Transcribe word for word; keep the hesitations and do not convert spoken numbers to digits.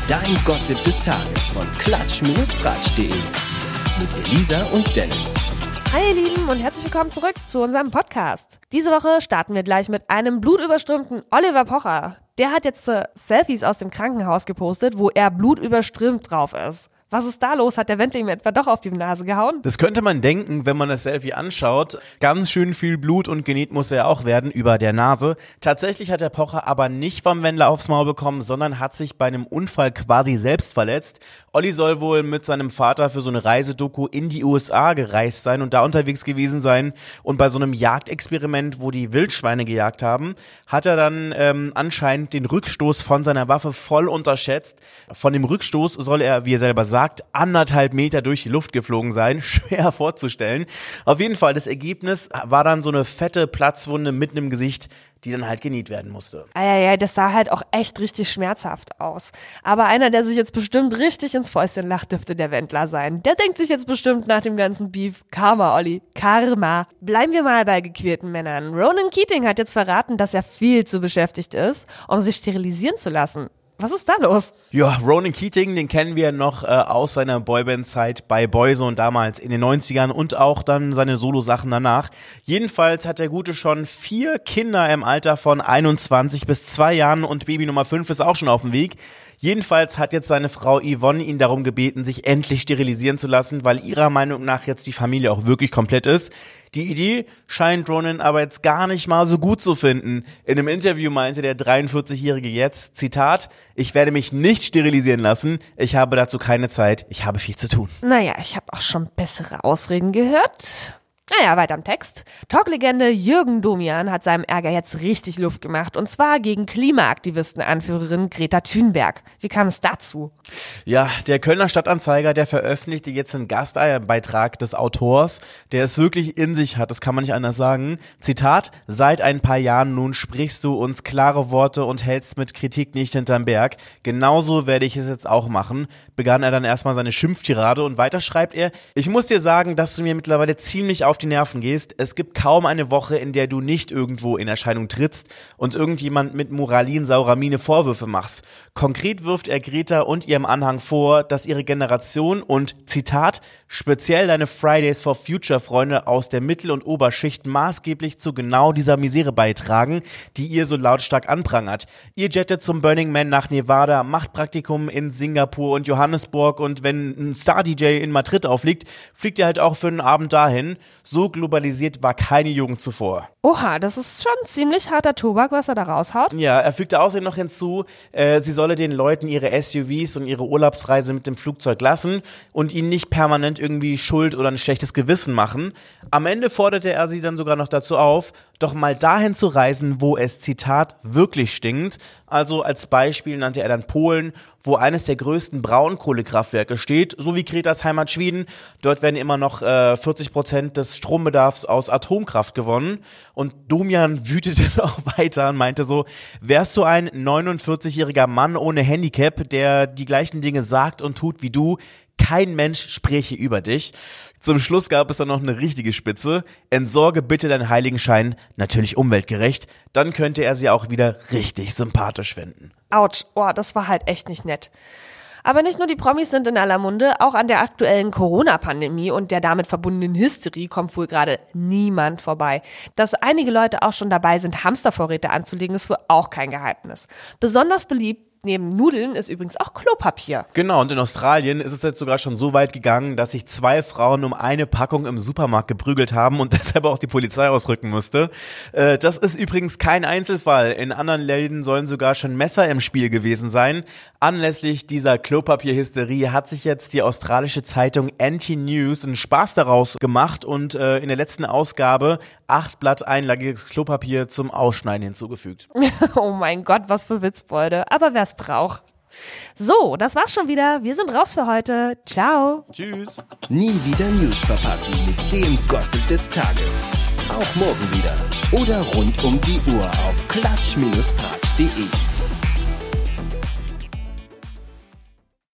Dein Gossip des Tages von klatsch Bindestrich tratsch punkt de mit Elisa und Dennis. Hi ihr Lieben und herzlich willkommen zurück zu unserem Podcast. Diese Woche starten wir gleich mit einem blutüberströmten Oliver Pocher. Der hat jetzt äh, Selfies aus dem Krankenhaus gepostet, wo er blutüberströmt drauf ist. Was ist da los? Hat der Wendler ihm etwa doch auf die Nase gehauen? Das könnte man denken, wenn man das Selfie anschaut. Ganz schön viel Blut und genäht muss er auch werden über der Nase. Tatsächlich hat der Pocher aber nicht vom Wendler aufs Maul bekommen, sondern hat sich bei einem Unfall quasi selbst verletzt. Olli soll wohl mit seinem Vater für so eine Reisedoku in die U S A gereist sein und da unterwegs gewesen sein. Und bei so einem Jagdexperiment, wo die Wildschweine gejagt haben, hat er dann ähm, anscheinend den Rückstoß von seiner Waffe voll unterschätzt. Von dem Rückstoß soll er, wie er selber sagt, sagt, anderthalb Meter durch die Luft geflogen sein. Schwer vorzustellen. Auf jeden Fall, das Ergebnis war dann so eine fette Platzwunde mitten im Gesicht, die dann halt genäht werden musste. Ah, ja, ja, das sah halt auch echt richtig schmerzhaft aus. Aber einer, der sich jetzt bestimmt richtig ins Fäustchen lacht, dürfte der Wendler sein. Der denkt sich jetzt bestimmt nach dem ganzen Beef, Karma, Olli, Karma. Bleiben wir mal bei gequälten Männern. Ronan Keating hat jetzt verraten, dass er viel zu beschäftigt ist, um sich sterilisieren zu lassen. Was ist da los? Ja, Ronan Keating, den kennen wir noch äh, aus seiner Boyband-Zeit bei Boyzone damals in den neunzigern und auch dann seine Solo-Sachen danach. Jedenfalls hat der Gute schon vier Kinder im Alter von einundzwanzig bis zwei Jahren und Baby Nummer fünf ist auch schon auf dem Weg. Jedenfalls hat jetzt seine Frau Yvonne ihn darum gebeten, sich endlich sterilisieren zu lassen, weil ihrer Meinung nach jetzt die Familie auch wirklich komplett ist. Die Idee scheint Ronan aber jetzt gar nicht mal so gut zu finden. In einem Interview meinte der dreiundvierzigjährige jetzt, Zitat, ich werde mich nicht sterilisieren lassen, ich habe dazu keine Zeit, ich habe viel zu tun. Naja, ich habe auch schon bessere Ausreden gehört. Naja, weiter im Text. Talklegende Jürgen Domian hat seinem Ärger jetzt richtig Luft gemacht und zwar gegen Klimaaktivisten-Anführerin Greta Thunberg. Wie kam es dazu? Ja, der Kölner Stadtanzeiger, der veröffentlichte jetzt einen Gastbeitrag des Autors, der es wirklich in sich hat, das kann man nicht anders sagen. Zitat, seit ein paar Jahren nun sprichst du uns klare Worte und hältst mit Kritik nicht hinterm Berg. Genauso werde ich es jetzt auch machen, begann er dann erstmal seine Schimpftirade und weiter schreibt er, ich muss dir sagen, dass du mir mittlerweile ziemlich auf die Nerven gehst. Es gibt kaum eine Woche, in der du nicht irgendwo in Erscheinung trittst und irgendjemand mit moralinsaurer Miene Vorwürfe machst. Konkret wirft er Greta und ihrem Anhang vor, dass ihre Generation und, Zitat, speziell deine Fridays for Future Freunde aus der Mittel- und Oberschicht maßgeblich zu genau dieser Misere beitragen, die ihr so lautstark anprangert. Ihr jettet zum Burning Man nach Nevada, macht Praktikum in Singapur und Johannesburg und wenn ein Star-D J in Madrid aufliegt, fliegt ihr halt auch für einen Abend dahin. So globalisiert war keine Jugend zuvor. Oha, das ist schon ziemlich harter Tobak, was er da raushaut. Ja, er fügte außerdem noch hinzu, äh, sie solle den Leuten ihre S U Vs und ihre Urlaubsreise mit dem Flugzeug lassen und ihnen nicht permanent irgendwie Schuld oder ein schlechtes Gewissen machen. Am Ende forderte er sie dann sogar noch dazu auf, doch mal dahin zu reisen, wo es, Zitat, wirklich stinkt. Also als Beispiel nannte er dann Polen, wo eines der größten Braunkohlekraftwerke steht, so wie Gretas Heimat Schweden. Dort werden immer noch äh, vierzig Prozent des Strombedarfs aus Atomkraft gewonnen. Und Domian wütete noch weiter und meinte so, wärst du ein neunundvierzigjähriger Mann ohne Handicap, der die gleichen Dinge sagt und tut wie du, kein Mensch spräche über dich. Zum Schluss gab es dann noch eine richtige Spitze. Entsorge bitte deinen Heiligenschein, natürlich umweltgerecht. Dann könnte er sie auch wieder richtig sympathisch finden. Autsch, oh, das war halt echt nicht nett. Aber nicht nur die Promis sind in aller Munde, auch an der aktuellen Corona-Pandemie und der damit verbundenen Hysterie kommt wohl gerade niemand vorbei. Dass einige Leute auch schon dabei sind, Hamstervorräte anzulegen, ist wohl auch kein Geheimnis. Besonders beliebt neben Nudeln ist übrigens auch Klopapier. Genau, und in Australien ist es jetzt sogar schon so weit gegangen, dass sich zwei Frauen um eine Packung im Supermarkt geprügelt haben und deshalb auch die Polizei ausrücken musste. Äh, das ist übrigens kein Einzelfall. In anderen Ländern sollen sogar schon Messer im Spiel gewesen sein. Anlässlich dieser Klopapier-Hysterie hat sich jetzt die australische Zeitung N T News einen Spaß daraus gemacht und äh, in der letzten Ausgabe acht Blatt einlagiges Klopapier zum Ausschneiden hinzugefügt. Oh mein Gott, was für Witzbolde. Aber wer's braucht. So, das war's schon wieder. Wir sind raus für heute. Ciao. Tschüss. Nie wieder News verpassen mit dem Gossip des Tages. Auch morgen wieder. Oder rund um die Uhr auf klatsch Bindestrich tratsch punkt de.